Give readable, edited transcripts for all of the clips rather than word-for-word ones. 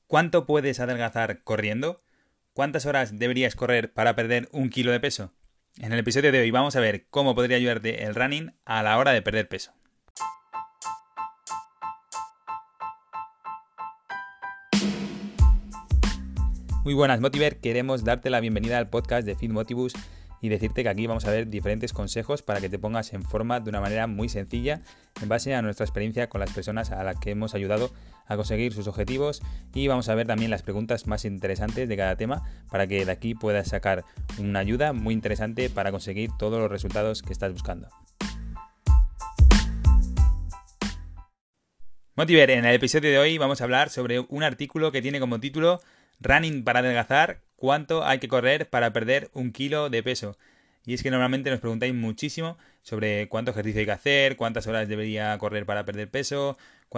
¿Cuánto puedes adelgazar corriendo? ¿Cuántas horas deberías correr para perder 1 kilo de peso? En el episodio de hoy vamos a ver cómo podría ayudarte el running a la hora de perder peso. Muy buenas, Motiver. Queremos darte la bienvenida al podcast de Fit Motivus y decirte que aquí vamos a ver diferentes consejos para que te pongas en forma de una manera muy sencilla en base a nuestra experiencia con las personas a las que hemos ayudado a conseguir sus objetivos, y vamos a ver también las preguntas más interesantes de cada tema para que de aquí puedas sacar una ayuda muy interesante para conseguir todos los resultados que estás buscando. Motiver, en el episodio de hoy vamos a hablar sobre un artículo que tiene como título Running para adelgazar, ¿cuánto hay que correr para perder 1 kilo de peso? Y es que normalmente nos preguntáis muchísimo sobre cuánto ejercicio hay que hacer, cuántas horas debería correr para perder peso,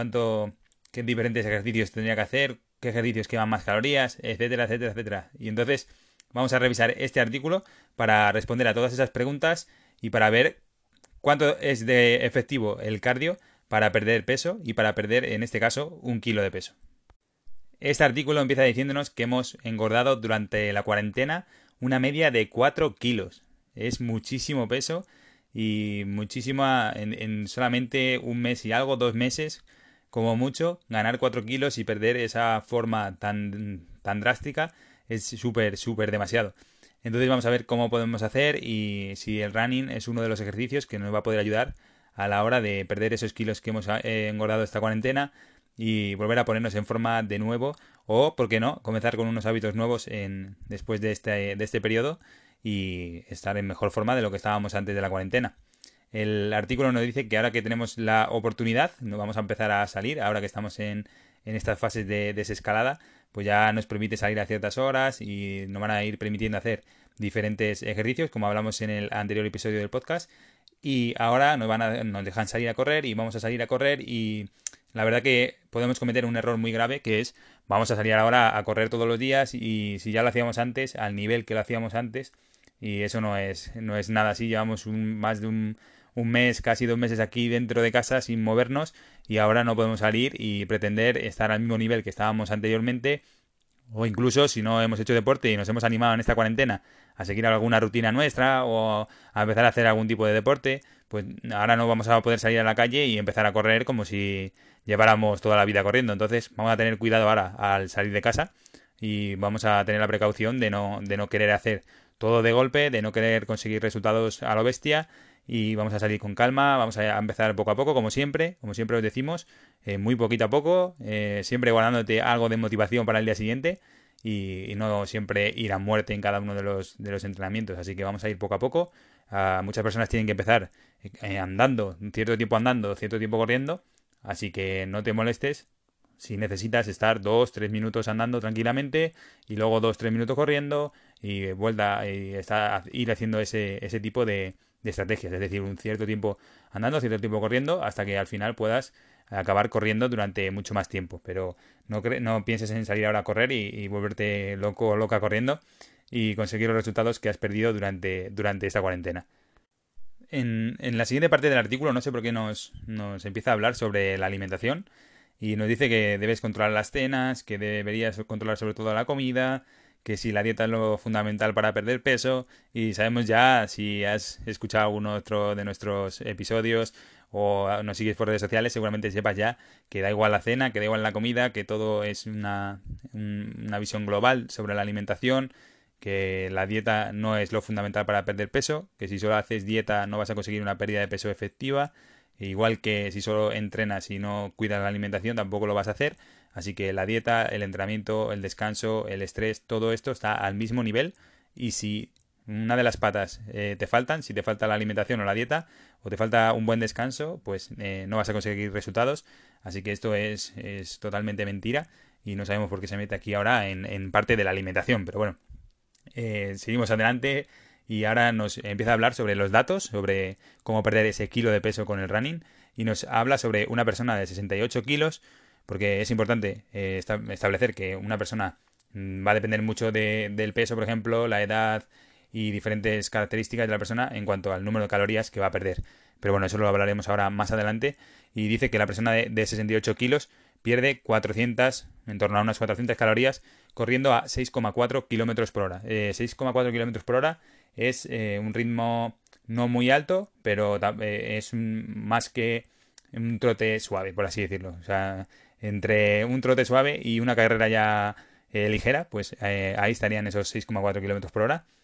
qué diferentes ejercicios tendría que hacer, qué ejercicios queman más calorías, etcétera, etcétera, etcétera. Y entonces vamos a revisar este artículo para responder a todas esas preguntas y para ver cuánto es de efectivo el cardio para perder peso y para perder, en este caso, 1 kilo de peso. Este artículo empieza diciéndonos que hemos engordado durante la cuarentena una media de 4 kilos. Es muchísimo peso y muchísima en solamente un mes y algo, 2 meses, como mucho. Ganar 4 kilos y perder esa forma tan drástica es súper demasiado. Entonces vamos a ver cómo podemos hacer y si el running es uno de los ejercicios que nos va a poder ayudar a la hora de perder esos kilos que hemos engordado esta cuarentena y volver a ponernos en forma de nuevo, o, ¿por qué no?, comenzar con unos hábitos nuevos después de este periodo y estar en mejor forma de lo que estábamos antes de la cuarentena. El artículo nos dice que ahora que tenemos la oportunidad, nos vamos a empezar a salir, ahora que estamos en estas fases de desescalada, pues ya nos permite salir a ciertas horas y nos van a ir permitiendo hacer diferentes ejercicios, como hablamos en el anterior episodio del podcast, y ahora nos dejan salir a correr y vamos a salir a correr, y la verdad que podemos cometer un error muy grave, que es vamos a salir ahora a correr todos los días y si ya lo hacíamos antes, al nivel que lo hacíamos antes, y eso no es nada así. Llevamos más de un mes, casi 2 meses aquí dentro de casa sin movernos y ahora no podemos salir y pretender estar al mismo nivel que estábamos anteriormente, o incluso si no hemos hecho deporte y nos hemos animado en esta cuarentena a seguir alguna rutina nuestra o a empezar a hacer algún tipo de deporte, pues ahora no vamos a poder salir a la calle y empezar a correr como si lleváramos toda la vida corriendo. Entonces vamos a tener cuidado ahora al salir de casa y vamos a tener la precaución de no querer hacer todo de golpe, de no querer conseguir resultados a lo bestia, y vamos a salir con calma, vamos a empezar poco a poco, como siempre os decimos, muy poquito a poco, siempre guardándote algo de motivación para el día siguiente y no siempre ir a muerte en cada uno de los entrenamientos. Así que vamos a ir poco a poco. Muchas personas tienen que empezar andando, cierto tiempo corriendo, así que no te molestes si necesitas estar 2-3 minutos andando tranquilamente y luego 2-3 minutos corriendo y ir haciendo ese tipo de estrategias, es decir, un cierto tiempo andando, cierto tiempo corriendo, hasta que al final puedas acabar corriendo durante mucho más tiempo. Pero no pienses en salir ahora a correr y volverte loco o loca corriendo y conseguir los resultados que has perdido durante esta cuarentena. En la siguiente parte del artículo, no sé por qué nos empieza a hablar sobre la alimentación y nos dice que debes controlar las cenas, que deberías controlar sobre todo la comida, que si la dieta es lo fundamental para perder peso. Y sabemos ya, si has escuchado alguno otro de nuestros episodios o nos sigues por redes sociales, seguramente sepas ya que da igual la cena, que da igual la comida, que todo es una visión global sobre la alimentación, que la dieta no es lo fundamental para perder peso, que si solo haces dieta no vas a conseguir una pérdida de peso efectiva, igual que si solo entrenas y no cuidas la alimentación tampoco lo vas a hacer. Así que la dieta, el entrenamiento, el descanso, el estrés, todo esto está al mismo nivel, y si una de las patas te faltan, si te falta la alimentación o la dieta, o te falta un buen descanso, pues no vas a conseguir resultados. Así que esto es totalmente mentira y no sabemos por qué se mete aquí ahora en parte de la alimentación, pero bueno. Seguimos adelante y ahora nos empieza a hablar sobre los datos, sobre cómo perder ese kilo de peso con el running, y nos habla sobre una persona de 68 kilos, porque es importante establecer que una persona va a depender mucho del peso, por ejemplo, la edad y diferentes características de la persona en cuanto al número de calorías que va a perder. Pero bueno, eso lo hablaremos ahora más adelante. Y dice que la persona de 68 kilos pierde 400, en torno a unas 400 calorías, corriendo a 6,4 kilómetros por hora. 6,4 kilómetros por hora es un ritmo no muy alto, pero es más que un trote suave, por así decirlo. O sea, entre un trote suave y una carrera ya ligera, pues ahí estarían esos 6,4 kilómetros por hora.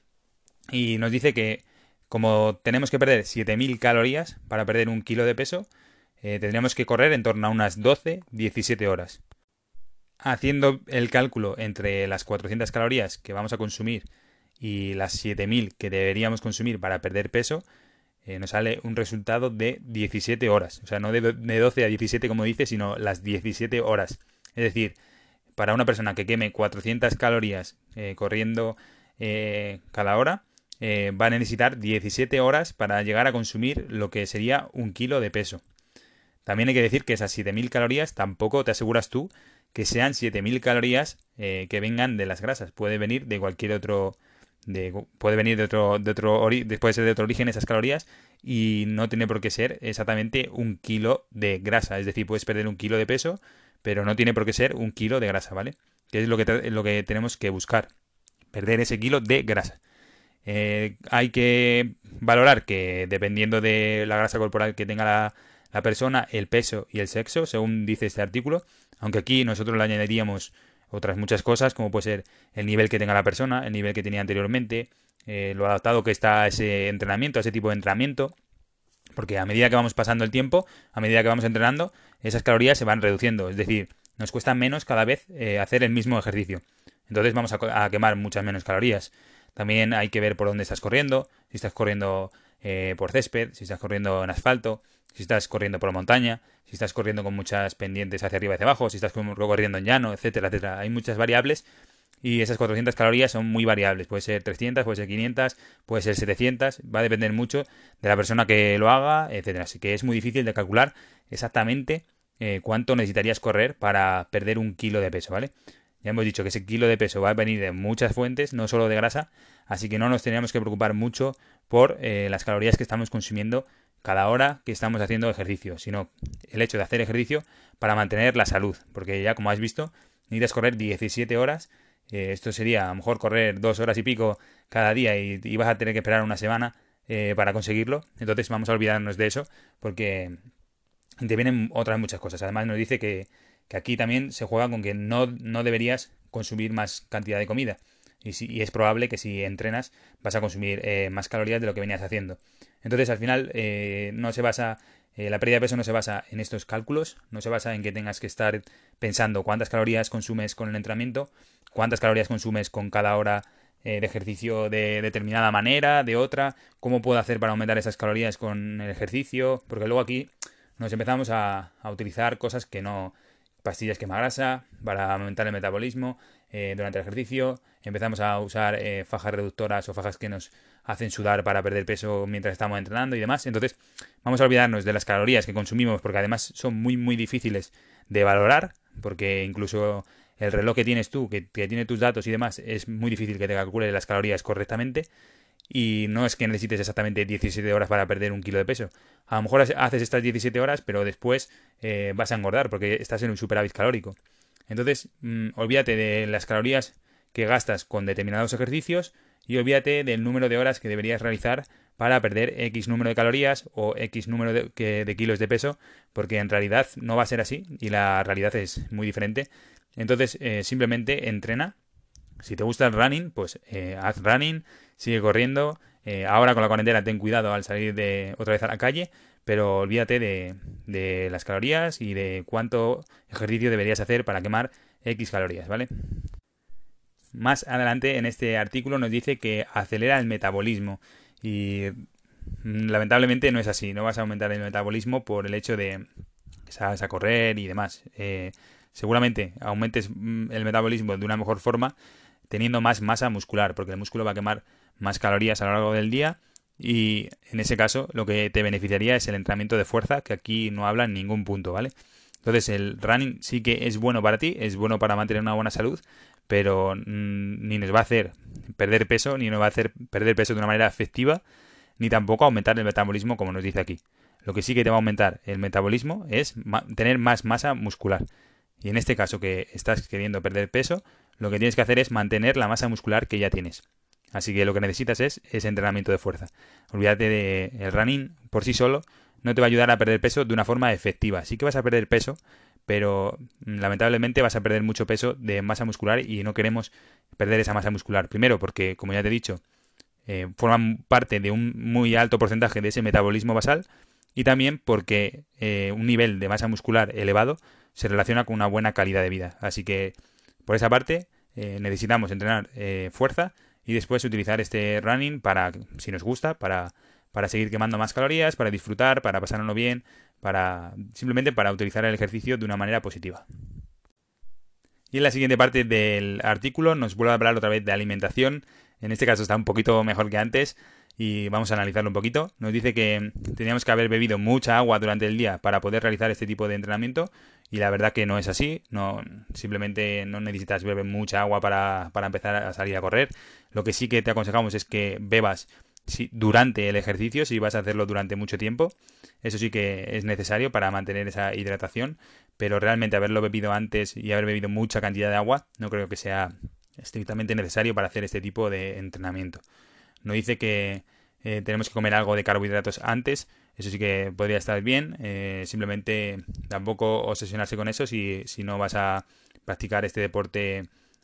Y nos dice que como tenemos que perder 7.000 calorías para perder un kilo de peso, tendríamos que correr en torno a unas 12-17 horas. Haciendo el cálculo entre las 400 calorías que vamos a consumir y las 7.000 que deberíamos consumir para perder peso, nos sale un resultado de 17 horas. O sea, no de 12 a 17 como dice, sino las 17 horas. Es decir, para una persona que queme 400 calorías corriendo cada hora, va a necesitar 17 horas para llegar a consumir lo que sería un kilo de peso. También hay que decir que esas 7.000 calorías tampoco te aseguras tú que sean 7.000 calorías que vengan de las grasas. Puede venir de cualquier otro... puede venir puede ser de otro origen esas calorías y no tiene por qué ser exactamente un kilo de grasa. Es decir, puedes perder un kilo de peso, pero no tiene por qué ser un kilo de grasa, ¿vale? Que es lo que tenemos que buscar. Perder ese kilo de grasa. Hay que valorar que dependiendo de la grasa corporal que tenga la persona, el peso y el sexo, según dice este artículo, aunque aquí nosotros le añadiríamos otras muchas cosas, como puede ser el nivel que tenga la persona, el nivel que tenía anteriormente, lo adaptado que está a ese entrenamiento, a ese tipo de entrenamiento, porque a medida que vamos pasando el tiempo, a medida que vamos entrenando, esas calorías se van reduciendo, es decir, nos cuesta menos cada vez hacer el mismo ejercicio. Entonces vamos a quemar muchas menos calorías. También hay que ver por dónde estás corriendo, si estás corriendo por césped, si estás corriendo en asfalto, si estás corriendo por montaña, si estás corriendo con muchas pendientes hacia arriba y hacia abajo, si estás corriendo en llano, etcétera, etcétera. Hay muchas variables y esas 400 calorías son muy variables. Puede ser 300, puede ser 500, puede ser 700. Va a depender mucho de la persona que lo haga, etcétera. Así que es muy difícil de calcular exactamente cuánto necesitarías correr para perder un kilo de peso, ¿vale? Ya hemos dicho que ese kilo de peso va a venir de muchas fuentes, no solo de grasa, así que no nos tenemos que preocupar mucho por las calorías que estamos consumiendo cada hora que estamos haciendo ejercicio, sino el hecho de hacer ejercicio para mantener la salud, porque ya como has visto, necesitas correr 17 horas, esto sería a lo mejor correr 2 horas y pico cada día y vas a tener que esperar una semana para conseguirlo, entonces vamos a olvidarnos de eso, porque te vienen otras muchas cosas. Además nos dice que aquí también se juega con que no deberías consumir más cantidad de comida. Y es probable que si entrenas vas a consumir más calorías de lo que venías haciendo. Entonces al final no se basa, la pérdida de peso no se basa en estos cálculos, no se basa en que tengas que estar pensando cuántas calorías consumes con el entrenamiento, cuántas calorías consumes con cada hora de ejercicio de determinada manera, de otra, cómo puedo hacer para aumentar esas calorías con el ejercicio, porque luego aquí nos empezamos a utilizar cosas que no, pastillas quemagrasa para aumentar el metabolismo durante el ejercicio. Empezamos a usar fajas reductoras o fajas que nos hacen sudar para perder peso mientras estamos entrenando y demás. Entonces vamos a olvidarnos de las calorías que consumimos porque además son muy muy difíciles de valorar porque incluso el reloj que tienes tú, que tiene tus datos y demás, es muy difícil que te calcule las calorías correctamente. Y no es que necesites exactamente 17 horas para perder un kilo de peso. A lo mejor haces estas 17 horas, pero después vas a engordar porque estás en un superávit calórico. Entonces, olvídate de las calorías que gastas con determinados ejercicios y olvídate del número de horas que deberías realizar para perder X número de calorías o X número de kilos de peso, porque en realidad no va a ser así y la realidad es muy diferente. Entonces, simplemente entrena. Si te gusta el running, pues haz running, sigue corriendo. Ahora con la cuarentena ten cuidado al salir otra vez a la calle, pero olvídate de las calorías y de cuánto ejercicio deberías hacer para quemar X calorías, ¿vale? Más adelante en este artículo nos dice que acelera el metabolismo y lamentablemente no es así. No vas a aumentar el metabolismo por el hecho de que salgas a correr y demás. Seguramente aumentes el metabolismo de una mejor forma teniendo más masa muscular, porque el músculo va a quemar más calorías a lo largo del día y en ese caso lo que te beneficiaría es el entrenamiento de fuerza, que aquí no habla en ningún punto, ¿vale? Entonces el running sí que es bueno para ti, es bueno para mantener una buena salud, pero ni nos va a hacer perder peso, ni nos va a hacer perder peso de una manera efectiva, ni tampoco aumentar el metabolismo como nos dice aquí. Lo que sí que te va a aumentar el metabolismo es tener más masa muscular. Y en este caso que estás queriendo perder peso, lo que tienes que hacer es mantener la masa muscular que ya tienes. Así que lo que necesitas es ese entrenamiento de fuerza. Olvídate de el running por sí solo, no te va a ayudar a perder peso de una forma efectiva. Sí que vas a perder peso, pero lamentablemente vas a perder mucho peso de masa muscular y no queremos perder esa masa muscular. Primero porque, como ya te he dicho, forman parte de un muy alto porcentaje de ese metabolismo basal y también porque un nivel de masa muscular elevado se relaciona con una buena calidad de vida. Así que por esa parte necesitamos entrenar fuerza y después utilizar este running para, si nos gusta, para seguir quemando más calorías, para disfrutar, para pasárnoslo bien, para simplemente para utilizar el ejercicio de una manera positiva. Y en la siguiente parte del artículo nos vuelve a hablar otra vez de alimentación. En este caso está un poquito mejor que antes y vamos a analizarlo un poquito. Nos dice que teníamos que haber bebido mucha agua durante el día para poder realizar este tipo de entrenamiento y la verdad que no es así. No, simplemente no necesitas beber mucha agua para empezar a salir a correr. Lo que sí que te aconsejamos es que bebas durante el ejercicio, si vas a hacerlo durante mucho tiempo. Eso sí que es necesario para mantener esa hidratación, pero realmente haberlo bebido antes y haber bebido mucha cantidad de agua no creo que sea estrictamente necesario para hacer este tipo de entrenamiento. No dice que tenemos que comer algo de carbohidratos antes, eso sí que podría estar bien, simplemente tampoco obsesionarse con eso si no vas a practicar este deporte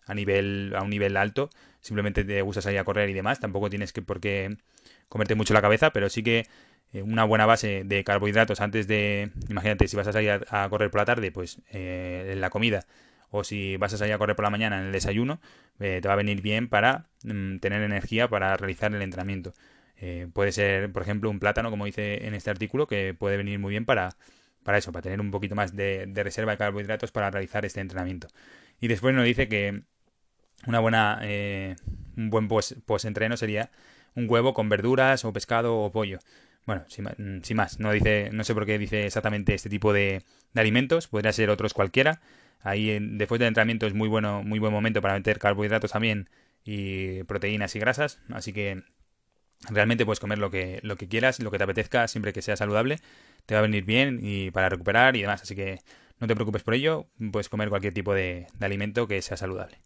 a un nivel alto, simplemente te gusta salir a correr y demás, tampoco tienes que por qué comerte mucho la cabeza, pero sí que una buena base de carbohidratos antes de, imagínate, si vas a salir a correr por la tarde, pues en la comida, o si vas a salir a correr por la mañana en el desayuno, te va a venir bien para tener energía para realizar el entrenamiento. Puede ser, por ejemplo, un plátano, como dice en este artículo, que puede venir muy bien para eso, para tener un poquito más de reserva de carbohidratos para realizar este entrenamiento. Y después nos dice que una buena, un buen post-entreno sería un huevo con verduras o pescado o pollo. Bueno, sin más, no dice, no sé por qué dice exactamente este tipo de alimentos, podría ser otros cualquiera. Ahí después del entrenamiento es muy bueno, muy buen momento para meter carbohidratos también y proteínas y grasas, así que realmente puedes comer lo que quieras, lo que te apetezca, siempre que sea saludable, te va a venir bien y para recuperar y demás, así que no te preocupes por ello, puedes comer cualquier tipo de alimento que sea saludable.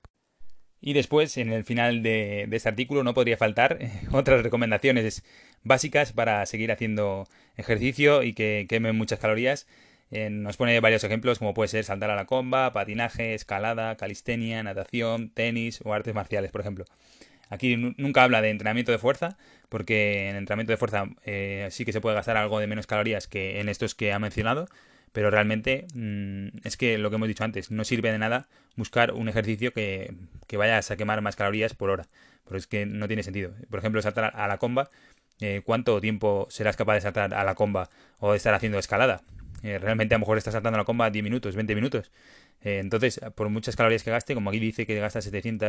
Y después, en el final de este artículo, no podría faltar otras recomendaciones básicas para seguir haciendo ejercicio y que quemen muchas calorías. Nos pone varios ejemplos, como puede ser saltar a la comba, patinaje, escalada, calistenia, natación, tenis o artes marciales, por ejemplo. Aquí nunca habla de entrenamiento de fuerza, porque en entrenamiento de fuerza sí que se puede gastar algo de menos calorías que en estos que ha mencionado, pero realmente es que lo que hemos dicho antes, no sirve de nada buscar un ejercicio que vayas a quemar más calorías por hora, pero es que no tiene sentido. Por ejemplo, saltar a la comba, ¿cuánto tiempo serás capaz de saltar a la comba o de estar haciendo escalada? Realmente a lo mejor estás saltando a la comba 10 minutos, 20 minutos. Entonces, por muchas calorías que gaste, como aquí dice que gasta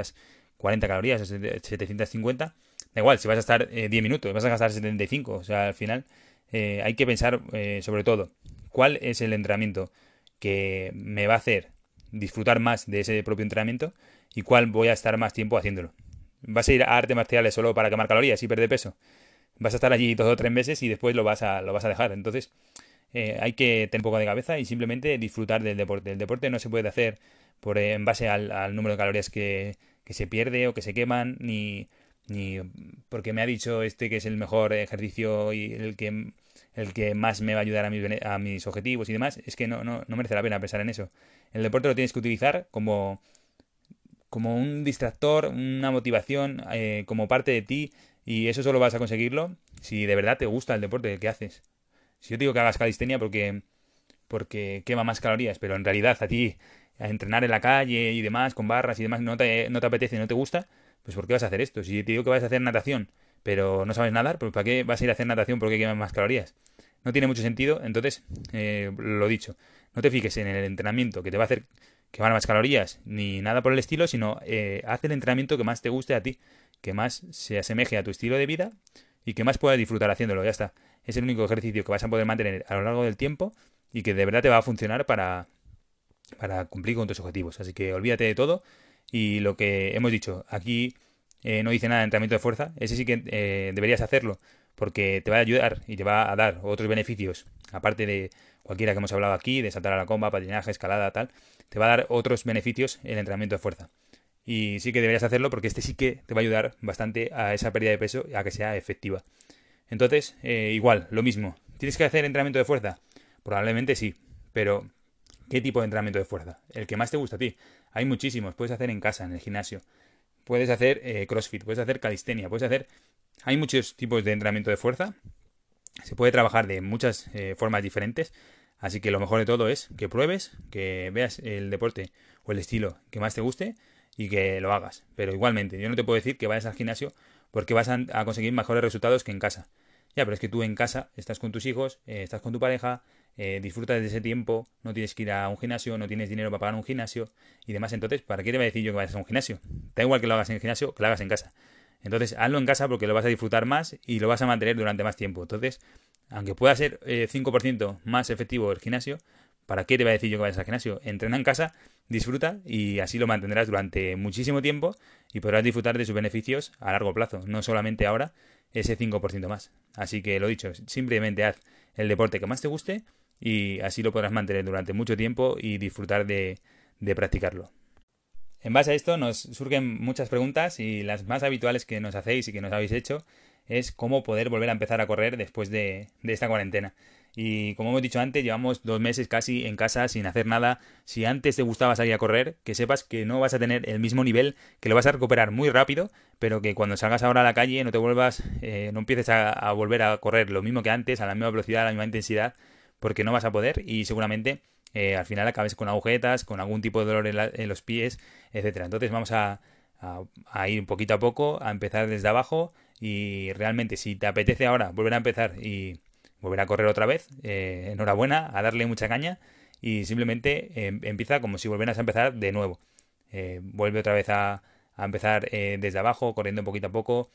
740 calorías o 750, da igual, si vas a estar 10 minutos, vas a gastar 75. O sea, al final hay que pensar sobre todo cuál es el entrenamiento que me va a hacer disfrutar más de ese propio entrenamiento y cuál voy a estar más tiempo haciéndolo. ¿Vas a ir a artes marciales solo para quemar calorías y perder peso? Vas a estar allí 2 o 3 meses y después lo vas a dejar. Entonces, hay que tener un poco de cabeza y simplemente disfrutar del deporte. El deporte no se puede hacer en base al número de calorías que se pierde o que se queman, ni porque me ha dicho este que es el mejor ejercicio y el que más me va a ayudar a mis objetivos y demás. Es que no merece la pena pensar en eso. El deporte lo tienes que utilizar como un distractor, una motivación, como parte de ti, y eso solo vas a conseguirlo si de verdad te gusta el deporte que haces. Si yo te digo que hagas calistenia porque quema más calorías, pero en realidad a ti a entrenar en la calle y demás, con barras y demás, no te apetece, no te gusta, pues ¿por qué vas a hacer esto? Si te digo que vas a hacer natación, pero no sabes nadar, pues ¿para qué vas a ir a hacer natación porque quemas más calorías? No tiene mucho sentido, entonces, lo dicho, no te fijes en el entrenamiento que te va a hacer quemar más calorías, ni nada por el estilo, sino haz el entrenamiento que más te guste a ti, que más se asemeje a tu estilo de vida y que más puedas disfrutar haciéndolo, ya está. Es el único ejercicio que vas a poder mantener a lo largo del tiempo y que de verdad te va a funcionar para cumplir con tus objetivos. Así que olvídate de todo y lo que hemos dicho, aquí no dice nada de entrenamiento de fuerza, ese sí que deberías hacerlo porque te va a ayudar y te va a dar otros beneficios, aparte de cualquiera que hemos hablado aquí, de saltar a la comba, patinaje, escalada, tal, te va a dar otros beneficios el entrenamiento de fuerza. Y sí que deberías hacerlo porque este sí que te va a ayudar bastante a esa pérdida de peso, a que sea efectiva. Entonces, igual, lo mismo. ¿Tienes que hacer entrenamiento de fuerza? Probablemente sí, pero ¿qué tipo de entrenamiento de fuerza? El que más te gusta a ti. Hay muchísimos, puedes hacer en casa, en el gimnasio. Puedes hacer CrossFit, puedes hacer calistenia, puedes hacer... Hay muchos tipos de entrenamiento de fuerza. Se puede trabajar de muchas formas diferentes. Así que lo mejor de todo es que pruebes, que veas el deporte o el estilo que más te guste y que lo hagas. Pero igualmente, yo no te puedo decir que vayas al gimnasio porque vas a conseguir mejores resultados que en casa. Ya, pero es que tú en casa estás con tus hijos, estás con tu pareja, disfrutas de ese tiempo, no tienes que ir a un gimnasio, no tienes dinero para pagar un gimnasio y demás. Entonces, ¿para qué te voy a decir yo que vayas a un gimnasio? Da igual que lo hagas en el gimnasio que lo hagas en casa. Entonces, hazlo en casa porque lo vas a disfrutar más y lo vas a mantener durante más tiempo. Entonces, aunque pueda ser 5% más efectivo el gimnasio, ¿para qué te voy a decir yo que vayas al gimnasio? Entrena en casa, disfruta y así lo mantendrás durante muchísimo tiempo y podrás disfrutar de sus beneficios a largo plazo, no solamente ahora ese 5% más. Así que lo dicho, simplemente haz el deporte que más te guste y así lo podrás mantener durante mucho tiempo y disfrutar de practicarlo. En base a esto nos surgen muchas preguntas y las más habituales que nos hacéis y que nos habéis hecho es cómo poder volver a empezar a correr después de esta cuarentena. Y como hemos dicho antes, llevamos 2 meses casi en casa sin hacer nada. Si antes te gustaba salir a correr, que sepas que no vas a tener el mismo nivel, que lo vas a recuperar muy rápido, pero que cuando salgas ahora a la calle no te vuelvas, no empieces a volver a correr lo mismo que antes, a la misma velocidad, a la misma intensidad, porque no vas a poder y seguramente al final acabes con agujetas, con algún tipo de dolor en los pies, etcétera. Entonces vamos a ir poquito a poco, a empezar desde abajo y realmente si te apetece ahora volver a empezar y volver a correr otra vez, enhorabuena, a darle mucha caña y simplemente empieza como si volvieras a empezar de nuevo. Vuelve otra vez a empezar desde abajo, corriendo poquito a poco,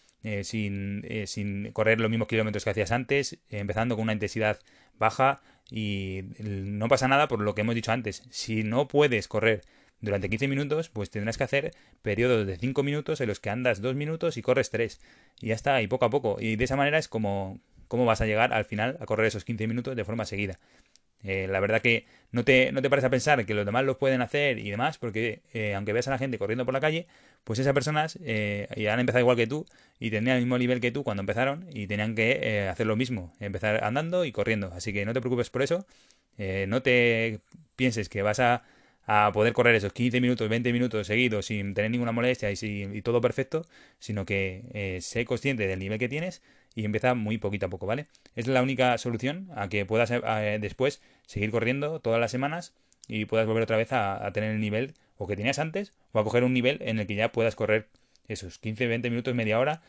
sin correr los mismos kilómetros que hacías antes, empezando con una intensidad baja y no pasa nada por lo que hemos dicho antes. Si no puedes correr durante 15 minutos, pues tendrás que hacer periodos de 5 minutos en los que andas 2 minutos y corres 3. Y ya está, y poco a poco. Y de esa manera es como vas a llegar al final a correr esos 15 minutos de forma seguida. La verdad que no te pares a pensar que los demás lo pueden hacer y demás, porque aunque veas a la gente corriendo por la calle, pues esas personas ya han empezado igual que tú y tenían el mismo nivel que tú cuando empezaron y tenían que hacer lo mismo, empezar andando y corriendo. Así que no te preocupes por eso, no te pienses que vas a poder correr esos 15 minutos, 20 minutos seguidos sin tener ninguna molestia y todo perfecto, sino que sé consciente del nivel que tienes y empieza muy poquito a poco, ¿vale? Es la única solución a que puedas después seguir corriendo todas las semanas y puedas volver otra vez a tener el nivel o que tenías antes o a coger un nivel en el que ya puedas correr esos 15, 20 minutos, media hora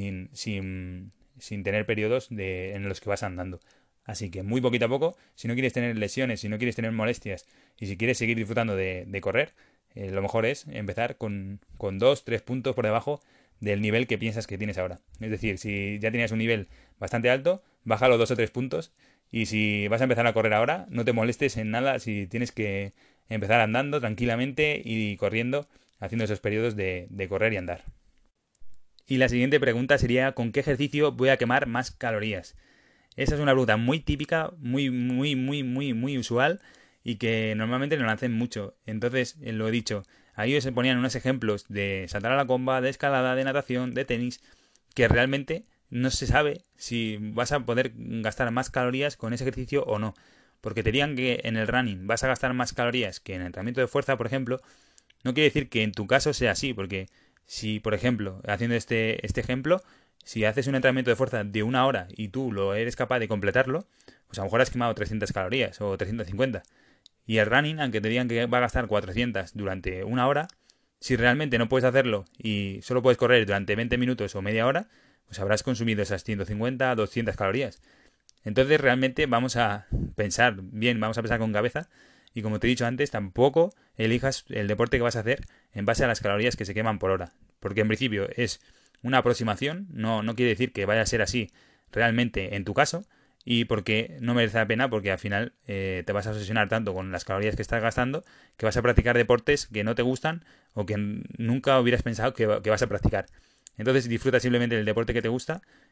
sin tener periodos en los que vas andando. Así que muy poquito a poco, si no quieres tener lesiones, si no quieres tener molestias y si quieres seguir disfrutando de correr, lo mejor es empezar con 2, 3 puntos por debajo del nivel que piensas que tienes ahora. Es decir, si ya tenías un nivel bastante alto, bájalo 2 o 3 puntos y si vas a empezar a correr ahora, no te molestes en nada si tienes que empezar andando tranquilamente y corriendo, haciendo esos periodos de correr y andar. Y la siguiente pregunta sería, ¿con qué ejercicio voy a quemar más calorías? Esa es una pregunta muy típica, muy, muy, muy, muy, muy usual y que normalmente no la hacen mucho. Entonces, lo he dicho, ahí se ponían unos ejemplos de saltar a la comba, de escalada, de natación, de tenis, que realmente no se sabe si vas a poder gastar más calorías con ese ejercicio o no. Porque te digan que en el running vas a gastar más calorías que en el entrenamiento de fuerza, por ejemplo, no quiere decir que en tu caso sea así, porque si, por ejemplo, haciendo este ejemplo, si haces un entrenamiento de fuerza de 1 hora y tú lo eres capaz de completarlo, pues a lo mejor has quemado 300 calorías o 350. Y el running, aunque te digan que va a gastar 400 durante 1 hora, si realmente no puedes hacerlo y solo puedes correr durante 20 minutos o media hora, pues habrás consumido esas 150, 200 calorías. Entonces realmente vamos a pensar bien, vamos a pensar con cabeza y como te he dicho antes, tampoco elijas el deporte que vas a hacer en base a las calorías que se queman por hora. Porque en principio es una aproximación, no quiere decir que vaya a ser así realmente en tu caso y porque no merece la pena porque al final te vas a obsesionar tanto con las calorías que estás gastando que vas a practicar deportes que no te gustan o que nunca hubieras pensado que vas a practicar. Entonces disfruta simplemente del deporte que te gusta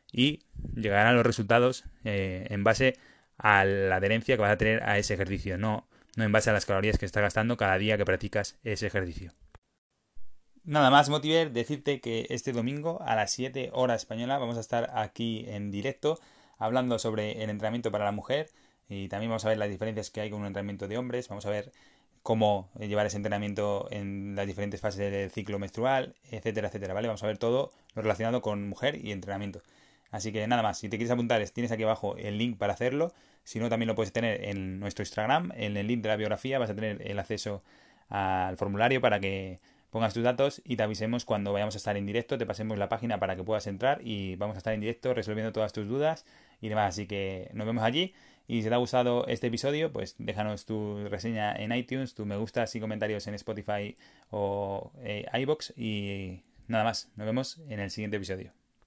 y llegarán los resultados en base a la adherencia que vas a tener a ese ejercicio, no en base a las calorías que estás gastando cada día que practicas ese ejercicio. Nada más, Motiver, decirte que este domingo a las 7 horas española vamos a estar aquí en directo hablando sobre el entrenamiento para la mujer y también vamos a ver las diferencias que hay con un entrenamiento de hombres, vamos a ver cómo llevar ese entrenamiento en las diferentes fases del ciclo menstrual, etcétera, etcétera, ¿vale? Vamos a ver todo lo relacionado con mujer y entrenamiento. Así que nada más, si te quieres apuntar, tienes aquí abajo el link para hacerlo. Si no, también lo puedes tener en nuestro Instagram, en el link de la biografía, vas a tener el acceso al formulario para que pongas tus datos y te avisemos cuando vayamos a estar en directo, te pasemos la página para que puedas entrar y vamos a estar en directo resolviendo todas tus dudas y demás. Así que nos vemos allí y si te ha gustado este episodio, pues déjanos tu reseña en iTunes, tu me gustas y comentarios en Spotify o iVoox y nada más. Nos vemos en el siguiente episodio.